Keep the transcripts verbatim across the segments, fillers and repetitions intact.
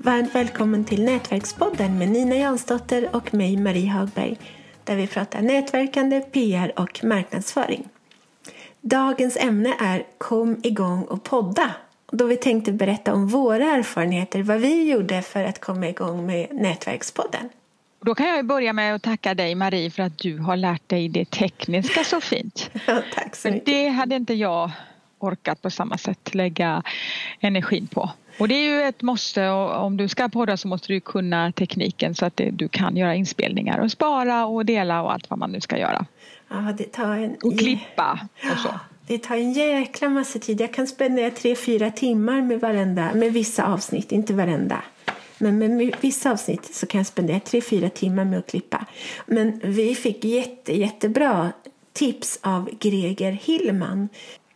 Varmt välkommen till Nätverkspodden med Nina Jansdotter och mig Marie Hagberg, där vi pratar nätverkande, P R och marknadsföring. Dagens ämne är Kom igång och podda, då vi tänkte berätta om våra erfarenheter, vad vi gjorde för att komma igång med Nätverkspodden. Då kan jag börja med att tacka dig Marie för att du har lärt dig det tekniska så fint. Ja, tack så mycket. Det hade inte jag orkat på samma sätt lägga energin på. Och det är ju ett måste, och om du ska podda så måste du kunna tekniken så att det, du kan göra inspelningar och spara och dela och allt vad man nu ska göra. Ja, det tar en... Och klippa och så. Det tar en jäkla massa tid. Jag kan spendera tre, fyra timmar med varenda, med vissa avsnitt, inte varenda. Men med vissa avsnitt så kan jag spendera tre, fyra timmar med att klippa. Men vi fick jätte, jättebra tips av Greger Hillman.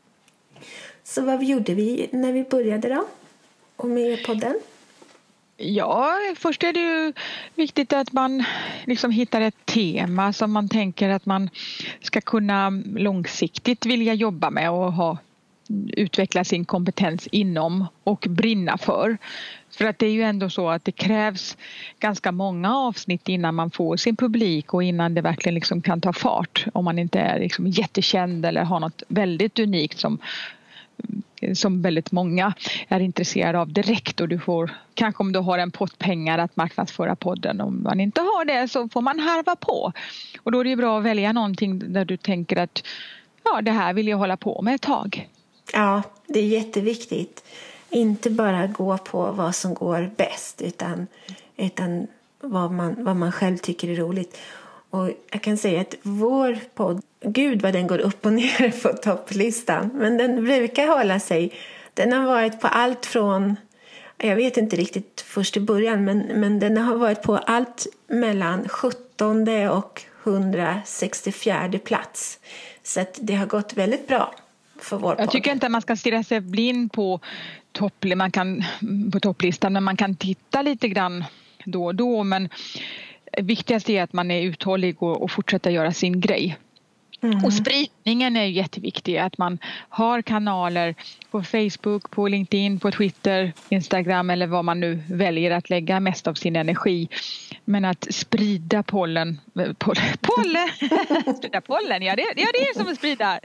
Så vad gjorde vi när vi började då? Och med podden? Ja, först är det ju viktigt att man liksom hittar ett tema som man tänker att man ska kunna långsiktigt vilja jobba med och ha, utveckla sin kompetens inom och brinna för. För att det är ju ändå så att det krävs ganska många avsnitt innan man får sin publik och innan det verkligen liksom kan ta fart. Om man inte är liksom jättekänd eller har något väldigt unikt som som väldigt många är intresserade av direkt, och du får, kanske om du har en pott pengar att marknadsföra podden. Om man inte har det så får man harva på, och då är det ju bra att välja någonting där du tänker att ja, det här vill jag hålla på med ett tag. Ja, det är jätteviktigt. Inte bara gå på vad som går bäst, utan, utan vad, man, vad man själv tycker är roligt. Och jag kan säga att vår podd, gud vad den går upp och ner på topplistan. Men den brukar hålla sig. Den har varit på allt från, jag vet inte riktigt först i början, men, men den har varit på allt mellan sjuttonde och hundrasextiofjärde plats. Så att det har gått väldigt bra för vår podd. Jag tycker inte att man ska stirra sig blind på, topp, man kan, på topplistan, men man kan titta lite grann då och då. Men viktigast är att man är uthållig och, och fortsätter göra sin grej. Mm. Och spridningen är jätteviktig, att man har kanaler på Facebook, på LinkedIn, på Twitter, Instagram eller vad man nu väljer att lägga mest av sin energi. Men att sprida pollen, pollen, pollen, sprida pollen, ja det, ja det är som att sprida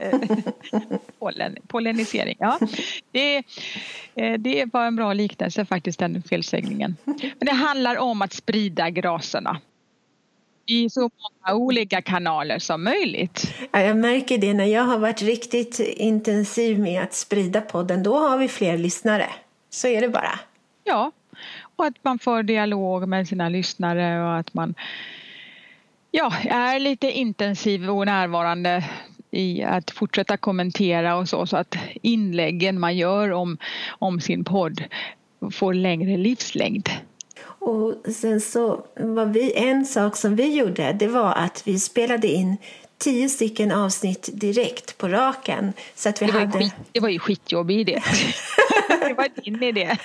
pollen, pollinisering. Ja. Det, det var en bra liknelse faktiskt, den felsägningen. Men det handlar om att sprida graserna i så många olika kanaler som möjligt. Ja, jag märker det när jag har varit riktigt intensiv med att sprida podden. Då har vi fler lyssnare. Så är det bara. Ja, och att man får dialog med sina lyssnare och att man ja, är lite intensiv och närvarande i att fortsätta kommentera och så, så att inläggen man gör om, om sin podd får längre livslängd. Och sen så var vi, en sak som vi gjorde, det var att vi spelade in tio stycken avsnitt direkt på raken. Så att vi det, var hade... skit, det var ju skitjobbig idé. Det var din idé.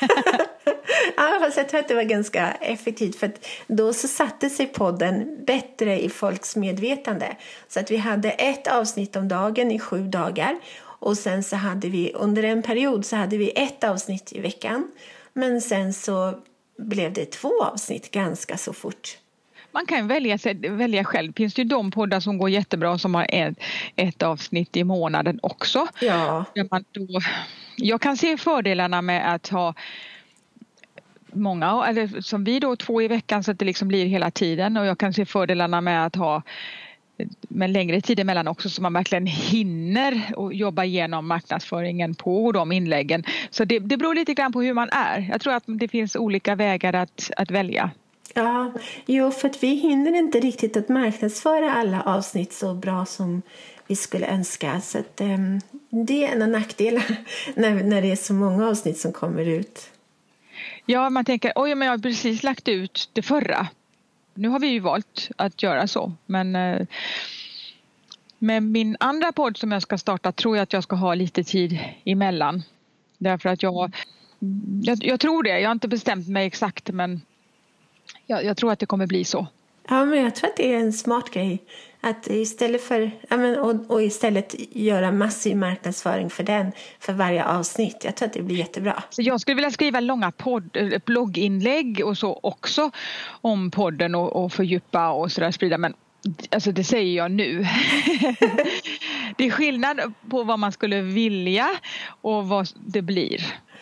Ja, fast jag tror att det var ganska effektivt, för att då så satte sig podden bättre i folks medvetande. Så att vi hade ett avsnitt om dagen i sju dagar. Och sen så hade vi under en period så hade vi ett avsnitt i veckan. Men sen så blev det två avsnitt ganska så fort. Man kan välja, välja själv. Finns det ju de poddar som går jättebra som har ett, ett avsnitt i månaden också. Ja. Man då, jag kan se fördelarna med att ha många, eller som vi då, två i veckan så att det liksom blir hela tiden. Och jag kan se fördelarna med att ha med längre tid emellan också, så man verkligen hinner och jobba igenom marknadsföringen på de inläggen. Så det, det beror lite grann på hur man är. Jag tror att det finns olika vägar att, att välja. Ja, jo, för att vi hinner inte riktigt att marknadsföra alla avsnitt så bra som vi skulle önska. Så att, um, det är en av nackdelarna när, när det är så många avsnitt som kommer ut. Ja, man tänker, oj men jag har precis lagt ut det förra. Nu har vi ju valt att göra så, men eh, med min andra podd som jag ska starta tror jag att jag ska ha lite tid emellan. Därför att jag, jag, jag tror det, jag har inte bestämt mig exakt, men jag, jag tror att det kommer bli så. Ja, men jag tror att det är en smart grej. Att istället för, ja, men, och, och istället göra massiv marknadsföring för den, för varje avsnitt. Jag tror att det blir jättebra. Så jag skulle vilja skriva långa podd, blogginlägg och så också om podden och, och fördjupa och sådär sprida. Men alltså det säger jag nu. Det är skillnad på vad man skulle vilja och vad det blir.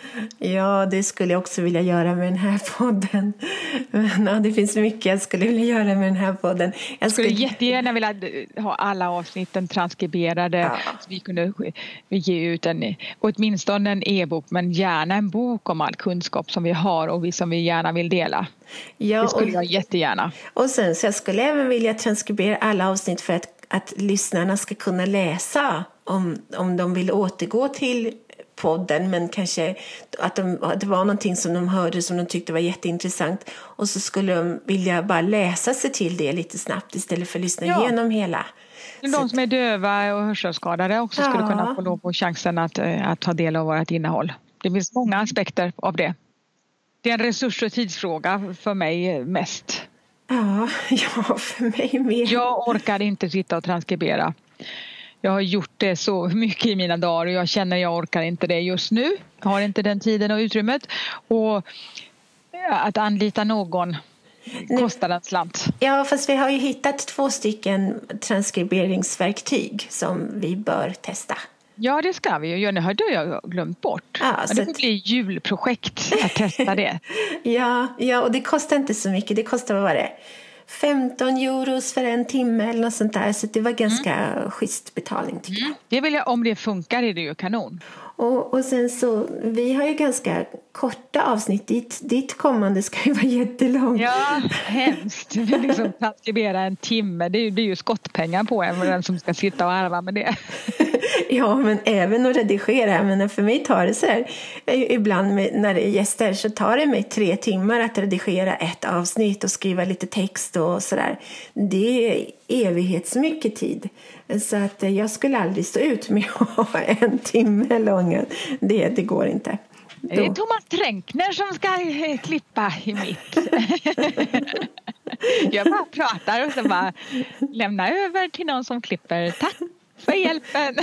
Ja, det skulle jag också vilja göra med den här podden. Men, ja, det finns mycket jag skulle vilja göra med den här podden. Jag skulle, skulle jättegärna vilja ha alla avsnitten transkriberade. Ja. Så vi kunde ge ut en, åtminstone en e-bok, men gärna en bok om all kunskap som vi har och vi som vi gärna vill dela. Ja, det skulle och, jag jättegärna. Och sen så jag skulle även vilja transkribera alla avsnitt för att, att lyssnarna ska kunna läsa om, om de vill återgå till podden, men kanske att, de, att det var någonting som de hörde som de tyckte var jätteintressant, och så skulle de vilja bara läsa sig till det lite snabbt istället för att lyssna ja. igenom hela. De så som är döva och hörselskadade också ja. skulle kunna få lov och chansen att, att ta del av vårt innehåll. Det finns många aspekter av det. Det är en resurs- och tidsfråga för mig mest. Ja, ja för mig med. Jag orkar inte sitta och transkribera. Jag har gjort det så mycket i mina dagar och jag känner att jag orkar inte det just nu. Jag har inte den tiden och utrymmet. Och att anlita någon kostar en slant. Ja, fast vi har ju hittat två stycken transkriberingsverktyg som vi bör testa. Ja, det ska vi ju göra. Nu har jag glömt bort. Ja, men det får att... bli julprojekt att testa det. ja, ja, och det kostar inte så mycket. Det kostar, vad var det? femton euros för en timme eller något sånt där. Så det var ganska mm. schysst betalning tycker mm. jag. Det vill jag, om det funkar är det ju kanon. Och, och sen så, vi har ju ganska korta avsnitt. Ditt, ditt kommande ska ju vara jättelångt. Ja, hemskt. Det liksom transkribera en timme. Det är, det är ju skottpengar på en, den som ska sitta och arva med det. Ja, men även att redigera. Men för mig tar det så här, ibland med, när det är gäster så tar det mig tre timmar att redigera ett avsnitt och skriva lite text och sådär. Det är evighetsmycket tid. Så att jag skulle aldrig stå ut med att ha en timme lång. Det, det går inte. Då. Det är Thomas Tränkner som ska klippa i mitt. Jag bara pratar och så bara lämna över till någon som klipper. Tack för hjälpen.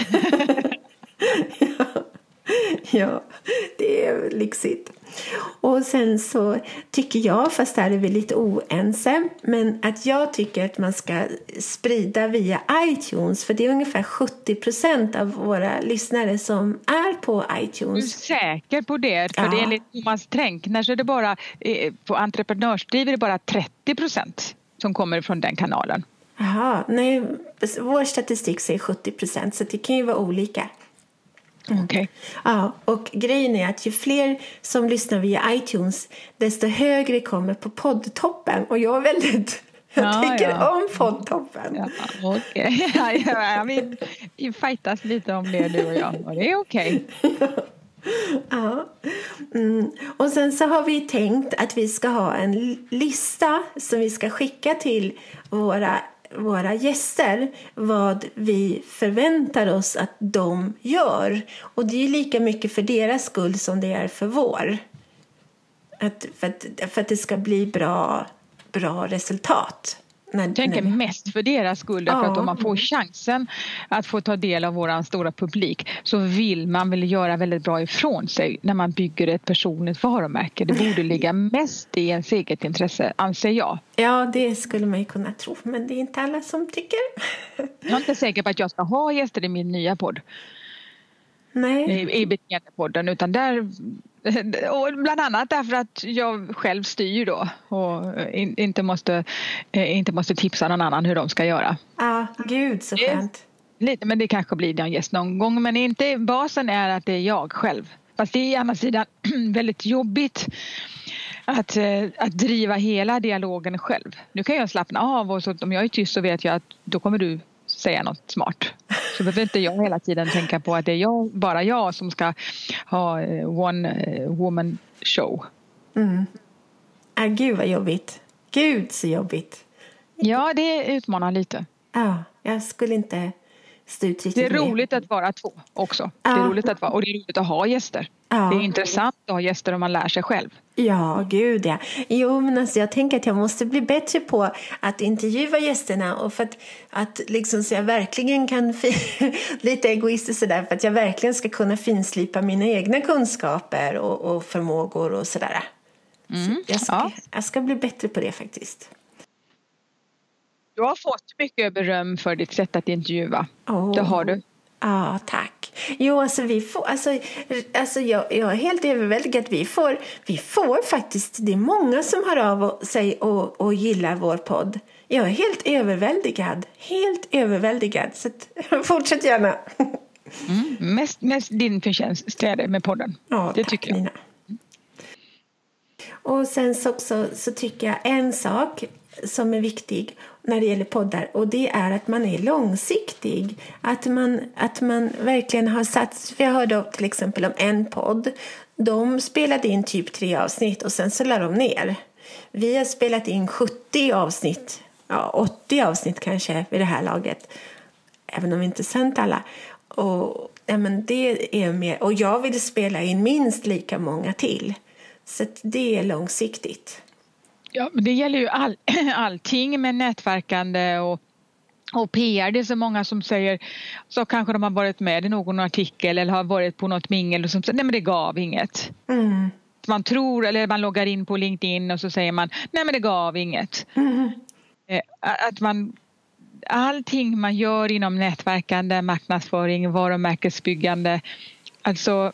Ja, ja, det är lyxigt. Och sen så tycker jag, fast där är vi lite oense, men att jag tycker att man ska sprida via iTunes, för det är ungefär sjuttio procent av våra lyssnare som är på iTunes. Du är säker på det? För ja. Det är enligt Thomas Tränkner så är det bara, på entreprenörsdriv är det bara trettio procent som kommer från den kanalen. Jaha, nej, vår statistik säger sjuttio procent, så det kan ju vara olika. Mm. Okay. Ja, och grejen är att ju fler som lyssnar via iTunes, desto högre kommer på poddtoppen. Och jag är väldigt, jag ja, tycker ja. om poddtoppen. Ja, okej. Okay. Ja, vi, vi fightas lite om det, du och jag. Och det är okej. Okay. Ja. Mm. Och sen så har vi tänkt att vi ska ha en lista som vi ska skicka till våra våra gäster, vad vi förväntar oss att de gör. Och det är lika mycket för deras skull som det är för vår. Att, för, att, för att det ska bli bra, bra resultat. När, jag tänker när vi... mest för deras skull, därför ja. Att om man får chansen att få ta del av våran stora publik så vill man väl göra väldigt bra ifrån sig när man bygger ett personligt varumärke. Det borde ligga mest i ens eget intresse, anser jag. Ja, det skulle man ju kunna tro, men det är inte alla som tycker. Jag är inte säker på att jag ska ha gäster i min nya podd. Nej. I, i Beteendepodden, utan där, och bland annat därför att jag själv styr då och in, inte, måste, inte måste tipsa någon annan hur de ska göra. Ja, gud så skönt. Lite, men det kanske blir en gäst någon gång, men inte, basen är att det är jag själv. Fast det är å andra sidan väldigt jobbigt att, att driva hela dialogen själv. Nu kan jag slappna av och så, om jag är tyst så vet jag att då kommer du säga något smart. Så behöver inte jag hela tiden tänka på att det är jag, bara jag som ska ha one woman show. Mm. Ah, gud vad jobbigt. Gud så jobbigt. Ja, det utmanar lite. Ja, jag skulle inte stå ut riktigt Det är med. roligt att vara två också. Ja. Det är roligt att vara, och det är roligt att ha gäster. Ja. Det är intressant att ha gäster om man lär sig själv. Ja, gud ja. Jo, men alltså jag tänker att jag måste bli bättre på att intervjua gästerna och för att, att liksom så jag verkligen kan fi- lite egoistiskt sådär, för att jag verkligen ska kunna finslipa mina egna kunskaper och, och förmågor och sådär. Mm, så jag, ska, ja. jag ska bli bättre på det faktiskt. Du har fått mycket beröm för ditt sätt att intervjua. Oh. Det har du. Ja, tack. Jo, alltså vi får, alltså, alltså jag, jag är helt överväldigad. Vi får, vi får faktiskt, det är många som hör av sig och, och gillar vår podd. Jag är helt överväldigad, helt överväldigad. Så att, fortsätt gärna. Mm, mest, mest din förtjänst är det med podden. Ja, det tack, tycker jag. Nina. Och sen så, också, så tycker jag en sak som är viktig när det gäller poddar, och det är att man är långsiktig. Att man, att man verkligen har satt, för jag hörde till exempel om en podd, de spelade in typ tre avsnitt och sen så la de ner. Vi har spelat in sjuttio avsnitt, ja, åttio avsnitt kanske vid det här laget, även om vi inte sänt alla. Och, ja, men det är mer, och jag vill spela in minst lika många till. Så att det är långsiktigt. Ja, men det gäller ju all, allting med nätverkande och, och P R. Det är så många som säger, så kanske de har varit med i någon artikel eller har varit på något mingel och som säger, nej men det gav inget. Mm. Man tror, eller man loggar in på LinkedIn och så säger man, nej men det gav inget. Mm. Att man, allting man gör inom nätverkande, marknadsföring, varumärkesbyggande, alltså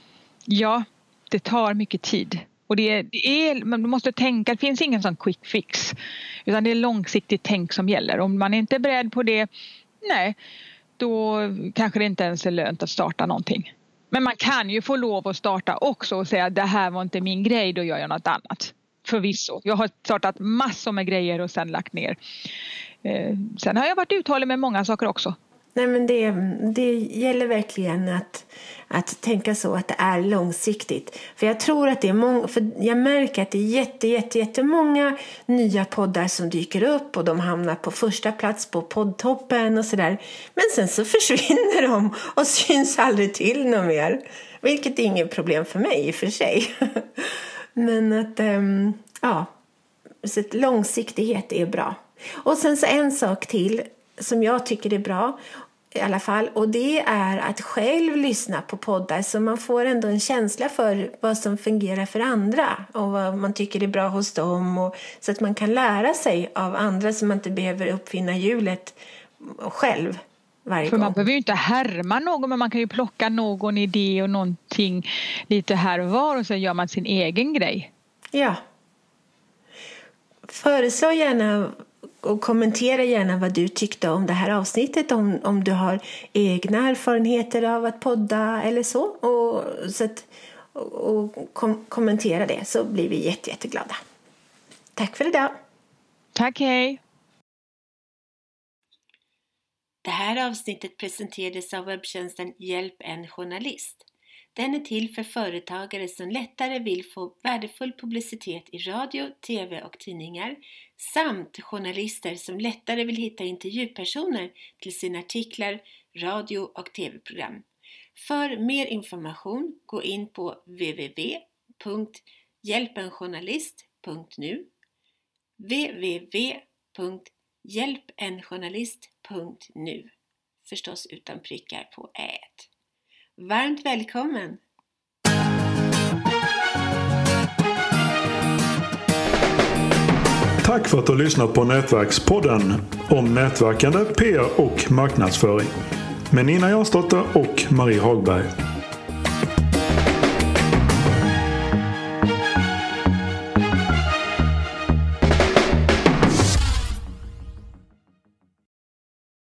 ja, det tar mycket tid. Och det är, det är, man måste tänka, det finns ingen sån quick fix. Utan det är långsiktigt tänk som gäller. Om man inte är beredd på det, nej, då kanske det inte ens är lönt att starta någonting. Men man kan ju få lov att starta också och säga, det här var inte min grej, då gör jag något annat. Förvisso. Jag har startat massor med grejer och sen lagt ner. Eh, sen har jag varit uthållig med många saker också. Nej, men det, det gäller verkligen att, att tänka så, att det är långsiktigt. För jag tror att det är många, för jag märker att det är jätte, jätte, jättemånga nya poddar som dyker upp och de hamnar på första plats på poddtoppen och sådär. Men sen så försvinner de och syns aldrig till något mer. Vilket är inget problem för mig i och för sig. Men att, ähm, ja, så att långsiktighet är bra. Och sen så en sak till som jag tycker är bra i alla fall, och det är att själv lyssna på poddar så man får ändå en känsla för vad som fungerar för andra och vad man tycker är bra hos dem, och så att man kan lära sig av andra så man inte behöver uppfinna hjulet själv varje för gång. Man behöver ju inte härma någon, men man kan ju plocka någon idé och någonting lite här och var och så gör man sin egen grej. Ja. Föreslå gärna och kommentera gärna vad du tyckte om det här avsnittet, om, om du har egna erfarenheter av att podda eller så, och, så att, och, och kom, kommentera det, så blir vi jätte, jätteglada. Tack för idag. Tack, hej. Det här avsnittet presenterades av webbtjänsten Hjälp en journalist. Den är till för företagare som lättare vill få värdefull publicitet i radio, tv och tidningar, samt journalister som lättare vill hitta intervjupersoner till sina artiklar, radio och tv-program. För mer information, gå in på w w w punkt hjälpenjournalist punkt nu, w w w punkt hjälpenjournalist punkt nu, förstås utan prickar på ät. Varmt välkommen! Tack för att du har lyssnat på Nätverkspodden om nätverkande, P R och marknadsföring med Nina Jansdotter och Marie Hagberg.